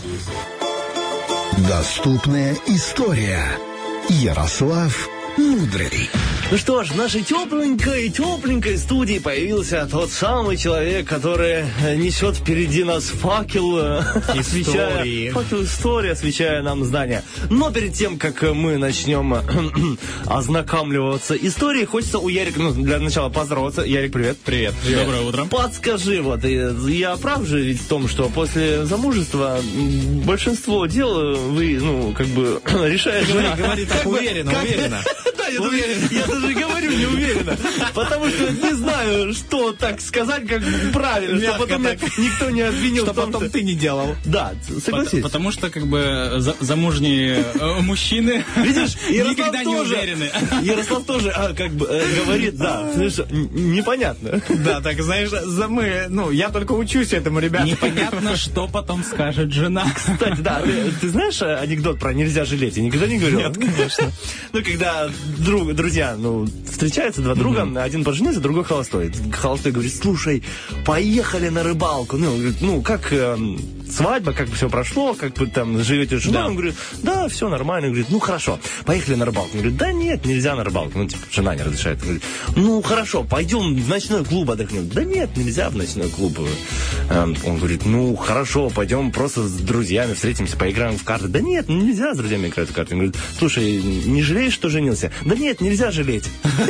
Доступная история. Ярослав Мудрый. Ну что ж, в нашей тепленькой студии появился тот самый человек, который несет впереди нас факел истории, освещая нам здание. Но перед тем, как мы начнем ознакомливаться историей, хочется у Ярика, для начала поздороваться. Ярик, привет. Привет. Доброе утро. Подскажи, я прав же ведь в том, что после замужества большинство дел вы, решаете... Говори так уверенно. Да, я даже говорю неуверенно, потому что не знаю, что так сказать, как правильно, чтобы потом никто не обвинил что в том, потом ты не делал. Да, согласись. Потому что замужние мужчины никогда не уверены. Ярослав тоже говорит, непонятно. Да, так знаешь, я только учусь этому, ребята. Непонятно, что потом скажет жена. Кстати, да, ты знаешь анекдот про нельзя жалеть? Я никогда не говорил. Нет, конечно. Когда друзья, встречаются два друга, один поженился, другой холостой. Холостой говорит: слушай, поехали на рыбалку. Как свадьба, как все прошло, как вы там живете с женой? Он говорит: да, все нормально. Он говорит: хорошо, поехали на рыбалку. Он говорит: да нет, нельзя на рыбалку. Жена не разрешает. Он говорит: хорошо, пойдем в ночной клуб отдохнем. Да нет, нельзя в ночной клуб. Он говорит: хорошо, пойдем просто с друзьями встретимся, поиграем в карты. Да нет, нельзя с друзьями играть в карты. Он говорит: слушай, не жалеешь, что женился? Да нет, нельзя жалеть.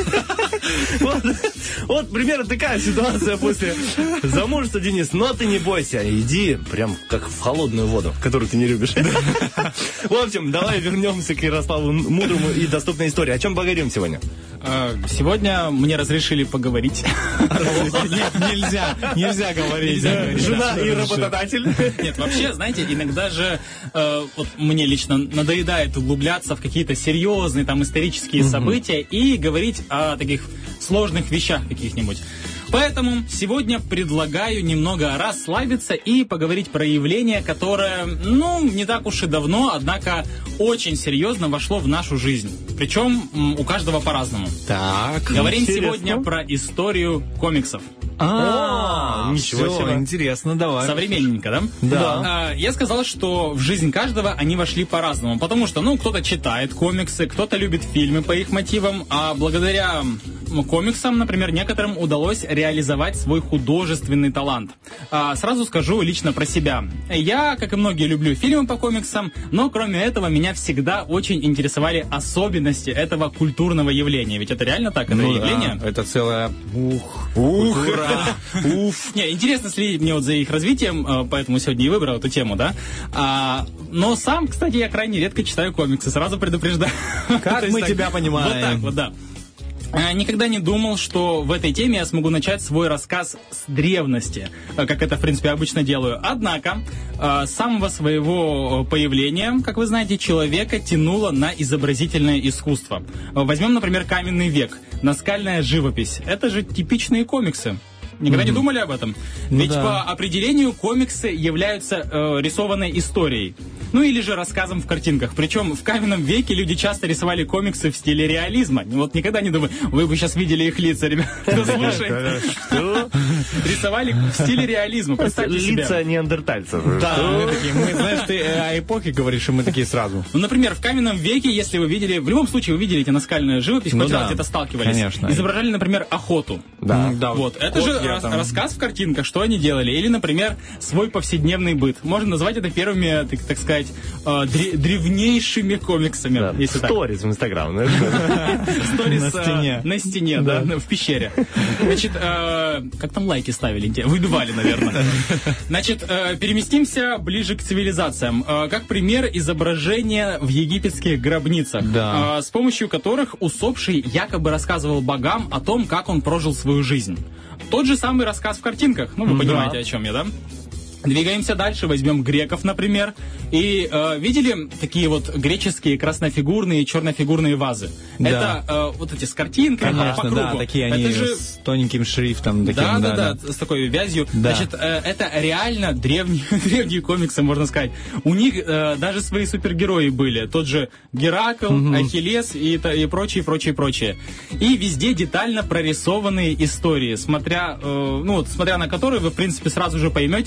Вот примерно такая ситуация после замужества, Денис. Но ты не бойся, иди прям как в холодную воду, которую ты не любишь. В общем, давай вернемся к Ярославу Мудрому и доступной истории. О чем поговорим сегодня? Сегодня мне разрешили поговорить. Нет, нельзя говорить. Жена и работодатель. Нет, вообще, знаете, иногда же мне лично надоедает углубляться в какие-то серьезные исторические события и говорить о таких сложных вещах каких-нибудь. Поэтому сегодня предлагаю немного расслабиться и поговорить про явление, которое, не так уж и давно, однако очень серьезно вошло в нашу жизнь. Причем у каждого по-разному. Так, говорим сегодня про историю комиксов. Ничего себе. Интересно, давай. Современненько, да? Да. Я сказал, что в жизнь каждого они вошли по-разному. Потому что, кто-то читает комиксы, кто-то любит фильмы по их мотивам, а благодаря комиксам, например, некоторым удалось реализовать свой художественный талант. Сразу скажу лично про себя. Я, как и многие, люблю фильмы по комиксам, но кроме этого меня всегда очень интересовали особенности этого культурного явления. Ведь это реально так, это явление. Это целое... Не, интересно следить мне за их развитием, поэтому сегодня и выбрал эту тему, да. Но сам, кстати, я крайне редко читаю комиксы, сразу предупреждаю. Как мы тебя понимаем. Вот так вот, да. Никогда не думал, что в этой теме я смогу начать свой рассказ с древности, как это, в принципе, обычно делаю. Однако, с самого своего появления, как вы знаете, человека тянуло на изобразительное искусство. Возьмем, например, каменный век, наскальная живопись. Это же типичные комиксы. Никогда не думали об этом? Ведь по определению комиксы являются рисованной историей. Или же рассказом в картинках. Причем в каменном веке люди часто рисовали комиксы в стиле реализма. Вот никогда не думаю, вы бы сейчас видели их лица, ребята. Слушай. Что? Рисовали в стиле реализма. Представьте себе. Лица неандертальцев. Да. Мы, знаешь, ты о эпохе говоришь, и мы такие сразу. Например, в каменном веке, если вы видели, в любом случае вы видели эти наскальную живопись, хоть раз где-то сталкивались. Конечно. Изображали, например, охоту. Да. Вот. Это же рассказ в картинках, что они делали. Или, например, свой повседневный быт. Можно назвать это первыми, так сказать, древнейшими комиксами. Да. Сторис в Инстаграм. Сторис на стене, да, в пещере. Значит, как там лайки ставили? Выбивали, наверное. Значит, переместимся ближе к цивилизациям. Как пример, изображения в египетских гробницах, с помощью которых усопший якобы рассказывал богам о том, как он прожил свою жизнь. Тот же самый рассказ в картинках. Вы понимаете, о чем я, да? Двигаемся дальше, возьмем греков, например. И видели такие вот греческие краснофигурные и чернофигурные вазы? Да. Это вот эти с картинками по кругу. Да, такие они это же... с тоненьким шрифтом. Таким, да, с такой вязью. Да. Значит, это реально древние комиксы, можно сказать. У них даже свои супергерои были. Тот же Геракл, Ахиллес и прочее. И везде детально прорисованные истории, смотря на которые вы, в принципе, сразу же поймете, о чем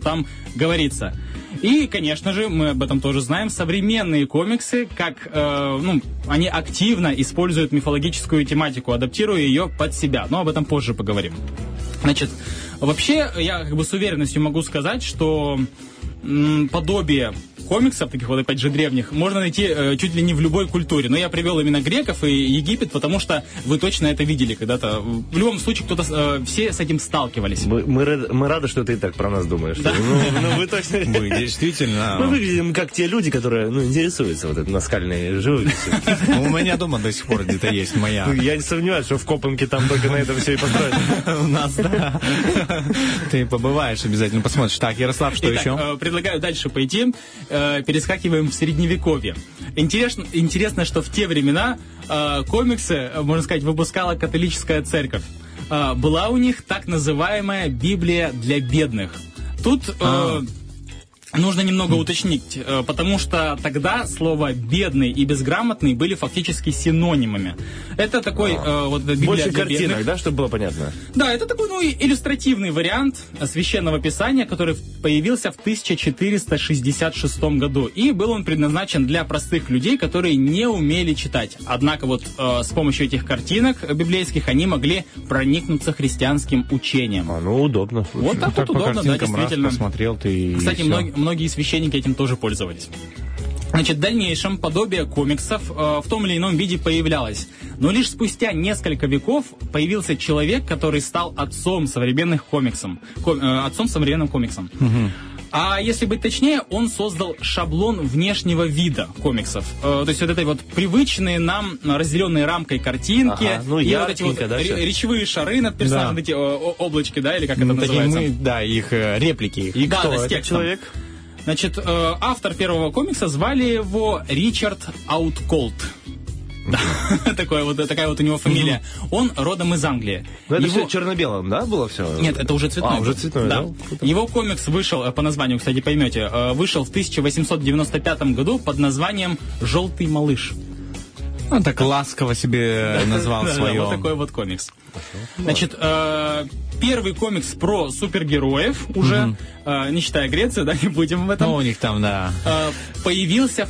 там говорится. И, конечно же, мы об этом тоже знаем, современные комиксы, как они активно используют мифологическую тематику, адаптируя ее под себя. Но об этом позже поговорим. Значит, вообще, я с уверенностью могу сказать, что подобие комиксов, таких вот, опять же, древних, можно найти чуть ли не в любой культуре. Но я привел именно греков и Египет, потому что вы точно это видели когда-то. В любом случае, все с этим сталкивались. Мы рады, что ты и так про нас думаешь. Да. Ну, вы точно... Мы действительно... Мы выглядим как те люди, которые интересуются вот этой наскальной живописью. У меня дома до сих пор где-то есть моя. Я не сомневаюсь, что в Копанке там только на этом все и построено. У нас, да. Ты побываешь обязательно, посмотришь. Так, Ярослав, что еще? Предлагаю дальше пойти. Перескакиваем в Средневековье. Интересно, что в те времена комиксы, можно сказать, выпускала католическая церковь. Была у них так называемая Библия для бедных. Тут нужно немного уточнить, потому что тогда слова «бедный» и «безграмотный» были фактически синонимами. Это такой Библия больше для картинок, бедных. да, чтобы было понятно? Да, это такой иллюстративный вариант священного писания, который появился в 1466 году. И был он предназначен для простых людей, которые не умели читать. Однако с помощью этих картинок библейских они могли проникнуться христианским учением. Удобно. Слушай. Вот так вот удобно, да, действительно. Посмотрел ты. Кстати, многие священники этим тоже пользовались. Значит, в дальнейшем подобие комиксов в том или ином виде появлялось. Но лишь спустя несколько веков появился человек, который стал отцом современным комиксам. Угу. А если быть точнее, он создал шаблон внешнего вида комиксов. То есть вот этой вот привычные нам разделенные рамкой картинки, и вот эти вот речевые шары над персонажем, эти облачки, да, или как это называется? Их реплики. И кто этот человек? Значит, автор первого комикса звали его Ричард Аутколт. Такая вот у него фамилия. Он родом из Англии. Это все черно-белым, да, было все? Нет, это уже цветной. Уже цветной, да? Его комикс вышел, по названию, кстати, поймете, вышел в 1895 году под названием «Желтый малыш». Он так ласково себе назвал свое. Вот такой вот комикс. Значит, первый комикс про супергероев, уже, не считая Грецию, да, не будем в этом. Ну, у них там, да. Появился в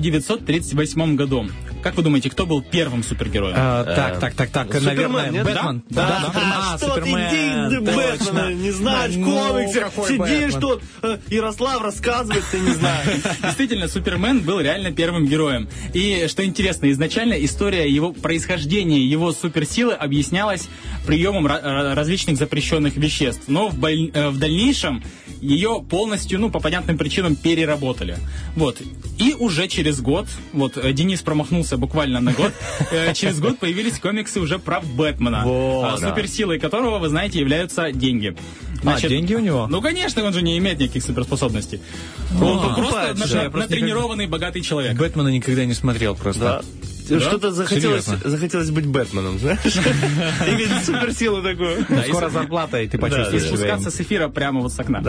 1938 году. Как вы думаете, кто был первым супергероем? Так, наверное, Бэтмен. Да, что ты день Бэтмена не знаешь, в комиксе, сидишь тут, Ярослав рассказывает, ты не знаешь. Действительно, Супермен был реально первым героем. И, что интересно, изначально история его происхождения, его суперсилы объяснялась приемом различных запрещенных веществ. Но в дальнейшем ее полностью, по понятным причинам, переработали. Вот. И уже через год, Денис промахнулся буквально на год, через год появились комиксы уже про Бэтмена, суперсилой которого, вы знаете, являются деньги. Значит, деньги у него? Ну, конечно, он же не имеет никаких суперспособностей. Он просто натренированный, богатый человек. Бэтмена никогда не смотрел просто. Да? Что-то захотелось быть Бэтменом, знаешь? Иметь суперсилу такую. Скоро зарплата, и ты почувствуешь себя. Спускаться с эфира прямо с окна.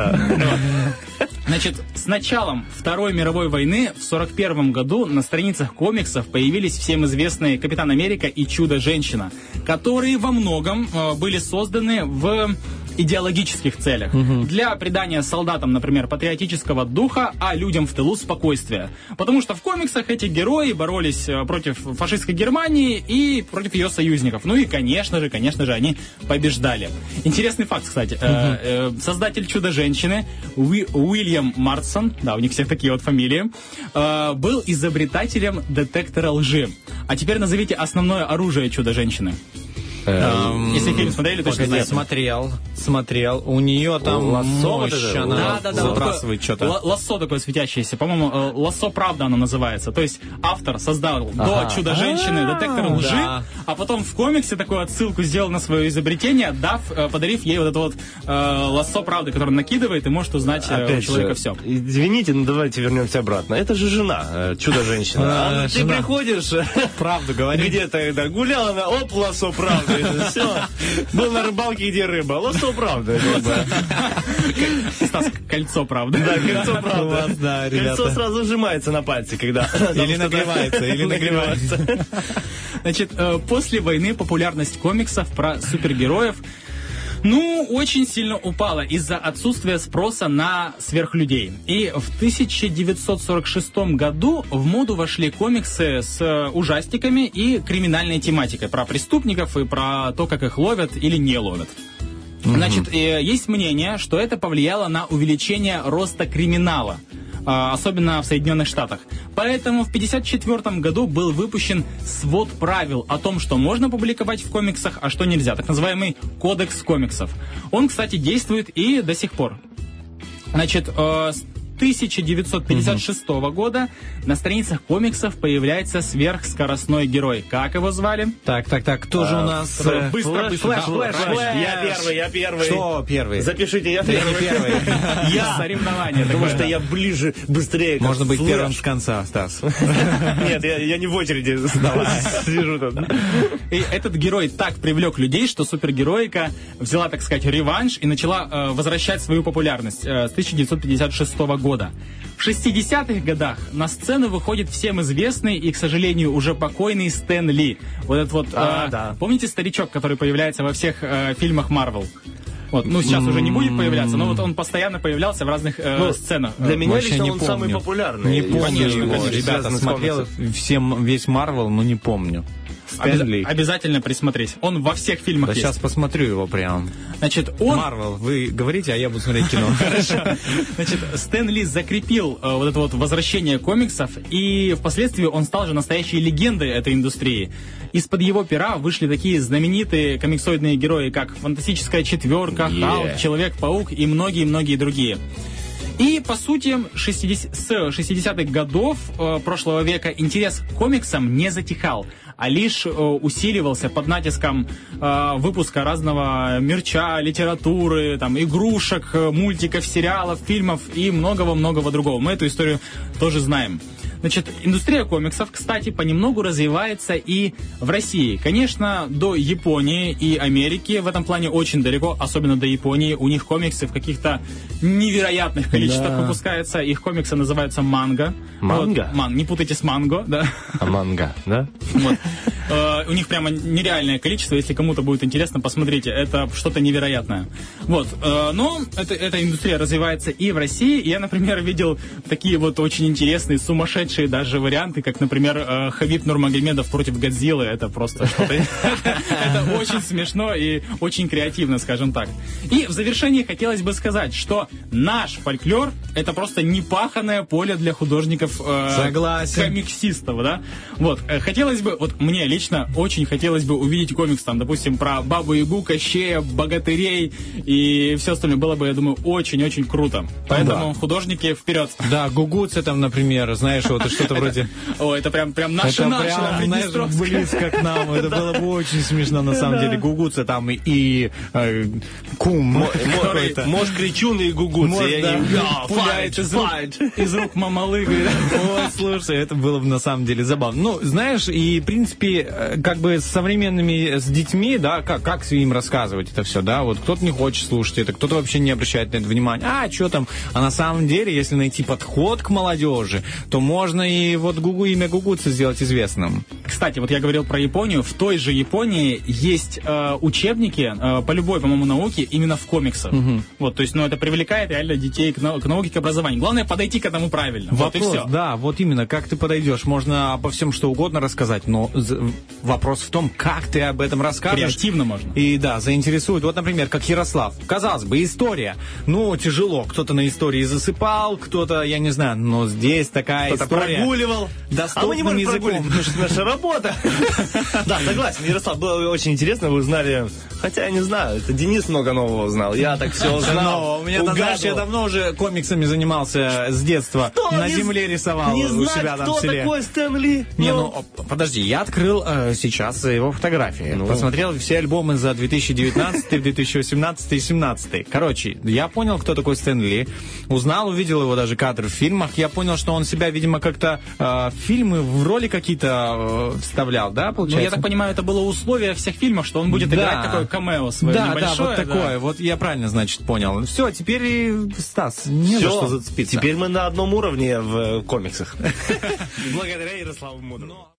Значит, с началом Второй мировой войны в 1941 году на страницах комиксов появились всем известные Капитан Америка и Чудо-женщина, которые во многом были созданы в идеологических целях. Для придания солдатам, например, патриотического духа, а людям в тылу спокойствия. Потому что в комиксах эти герои боролись против фашистской Германии и против ее союзников. Ну и, конечно же, они побеждали. Интересный факт, кстати. Создатель Чудо-женщины Уильям Мартсон, да, у них всех такие вот фамилии, был изобретателем детектора лжи. А теперь назовите основное оружие Чудо-женщины. Если фильм смотрели, точно знаете. Смотрел. У нее там лассо, она забрасывает что-то. Лассо такое светящееся. По-моему, «Лассо правда» оно называется. То есть автор создал до Чудо-женщины детектор лжи, а потом в комиксе такую отсылку сделал на свое изобретение, подарив ей вот это вот лассо правды, которое накидывает и может узнать у человека все. Извините, но давайте вернемся обратно. Это же жена Чудо-женщина. Ты приходишь, правду говорит. Где-то гуляла, она, лассо правды. Все. Был на рыбалке, где рыба. Лассо правда. Стас, кольцо правда. Да, кольцо правда. Да, кольцо сразу сжимается на пальце, когда... Или нагревается. Значит, после войны популярность комиксов про супергероев Ну, очень сильно упала из-за отсутствия спроса на сверхлюдей. И в 1946 году в моду вошли комиксы с ужастиками и криминальной тематикой. Про преступников и про то, как их ловят или не ловят. Значит, есть мнение, что это повлияло на увеличение роста криминала, особенно в Соединенных Штатах. Поэтому в 1954 году был выпущен свод правил о том, что можно публиковать в комиксах, а что нельзя. Так называемый кодекс комиксов. Он, кстати, действует и до сих пор. Значит, с 1956 года на страницах комиксов появляется сверхскоростной герой. Как его звали? Так, кто же у нас? Быстро. Флэш. Я первый. Что первый? Запишите, я Ты не первый. Я соревнование. Потому что я ближе, быстрее. как Можно быть Флэш. первым с конца, Стас. Нет, я не в очереди сижу тут. И этот герой так привлек людей, что супергероика взяла, так сказать, реванш и начала возвращать свою популярность с 1956 года. В 60-х годах на сцену выходит всем известный и, к сожалению, уже покойный Стэн Ли. Вот этот вот, да. помните старичок, который появляется во всех фильмах Марвел? Вот, ну, сейчас уже не будет появляться, но вот он постоянно появлялся в разных сценах. Для меня Вообще лично не он помню. самый популярный. Не помню Конечно, его. конечно. Ребята, Связанный с смотрел весь Марвел, но не помню. Стэн Ли. Обязательно присмотреть. Он во всех фильмах Да есть. сейчас посмотрю его прям. Значит, он... Марвел, вы говорите, а я буду смотреть кино. Хорошо. Значит, Стэн Ли закрепил вот это вот возвращение комиксов, и впоследствии он стал же настоящей легендой этой индустрии. Из-под его пера вышли такие знаменитые комиксоидные герои, как «Фантастическая четверка», «Халк», «Человек-паук» и многие-многие другие. И, по сути, с 60-х годов прошлого века интерес к комиксам не затихал, а лишь усиливался под натиском выпуска разного мерча, литературы, там, игрушек, мультиков, сериалов, фильмов и многого-многого другого. Мы эту историю тоже знаем. Значит, индустрия комиксов, кстати, понемногу развивается и в России. Конечно, до Японии и Америки в этом плане очень далеко, особенно до Японии. У них комиксы в каких-то невероятных количествах выпускаются. Их комиксы называются манго. Манго? Вот, не путайте с манго, да. А манга, да? Вот. У них прямо нереальное количество. Если кому-то будет интересно, посмотрите. Это что-то невероятное. Вот. Но эта индустрия развивается и в России. Я, например, видел такие вот очень интересные, сумасшедшие даже варианты, как, например, Хабиб Нурмагомедов против Годзиллы. Это просто что-то... Это очень смешно и очень креативно, скажем так. И в завершении хотелось бы сказать, что наш фольклор — это просто непаханное поле для художников, комиксистов, да? Вот. Хотелось бы, вот мне лично очень хотелось бы увидеть комикс, там, допустим, про Бабу-Ягу, Кощея, богатырей и все остальное. Было бы, я думаю, очень-очень круто. Поэтому художники вперед. Да, гугуцы там, например, знаешь, вот что-то вроде... О, это прям наше, знаешь, близко к нам. Это было бы очень смешно, на самом деле. Гугуцы там и кум какой-то. Может, кричун и гугуцы. И они пуляет из рук мамалыгы. Ой, слушай, это было бы на самом деле забавно. Ну, знаешь, и, в принципе, как бы с современными, с детьми, да, как им рассказывать это все, да, вот кто-то не хочет слушать это, кто-то вообще не обращает на это внимания. А, что там? А на самом деле, если найти подход к молодежи, то можно и вот имя гугуца сделать известным. Кстати, вот я говорил про Японию. В той же Японии есть учебники по любой, по-моему, науке именно в комиксах. Вот, то есть, ну, это привлекает реально детей к науке, к образованию. Главное подойти к этому правильно. Вопрос, вот и все. Да, вот именно, как ты подойдешь. Можно обо всем что угодно рассказать, но вопрос в том, как ты об этом расскажешь. Креативно можно. И да, заинтересует. Вот, например, как Ярослав. Казалось бы, история. Ну, тяжело. Кто-то на истории засыпал, кто-то, я не знаю, но здесь такая кто-то история. прогуливал. Доступным А мы не можем языком. прогуливать, потому что это наша работа. Да, согласен, Ярослав, было очень интересно, вы узнали, хотя я не знаю, это Денис много нового узнал, я так все узнал. У меня, знаешь, я давно уже комиксами занимался с детства. На земле рисовал у себя там в селе. Кто такой Стэн Ли? Не, ну, подожди, я открыл сейчас его фотографии. Посмотрел все альбомы за 2019, 2018 и 2017. Короче, я понял, кто такой Стэн Ли. Узнал, увидел его даже кадры в фильмах. Я понял, что он себя, видимо, как-то в фильмы, в роли какие-то вставлял, да, получается? Ну, я так понимаю, это было условие всех фильмов, что он будет играть такое камео свое небольшое. Да, вот такое. Вот я правильно, значит, понял. Все, теперь, Стас, не за что зацепиться. Теперь мы на одном уровне в комиксах. Благодаря Ярославу Мудрому.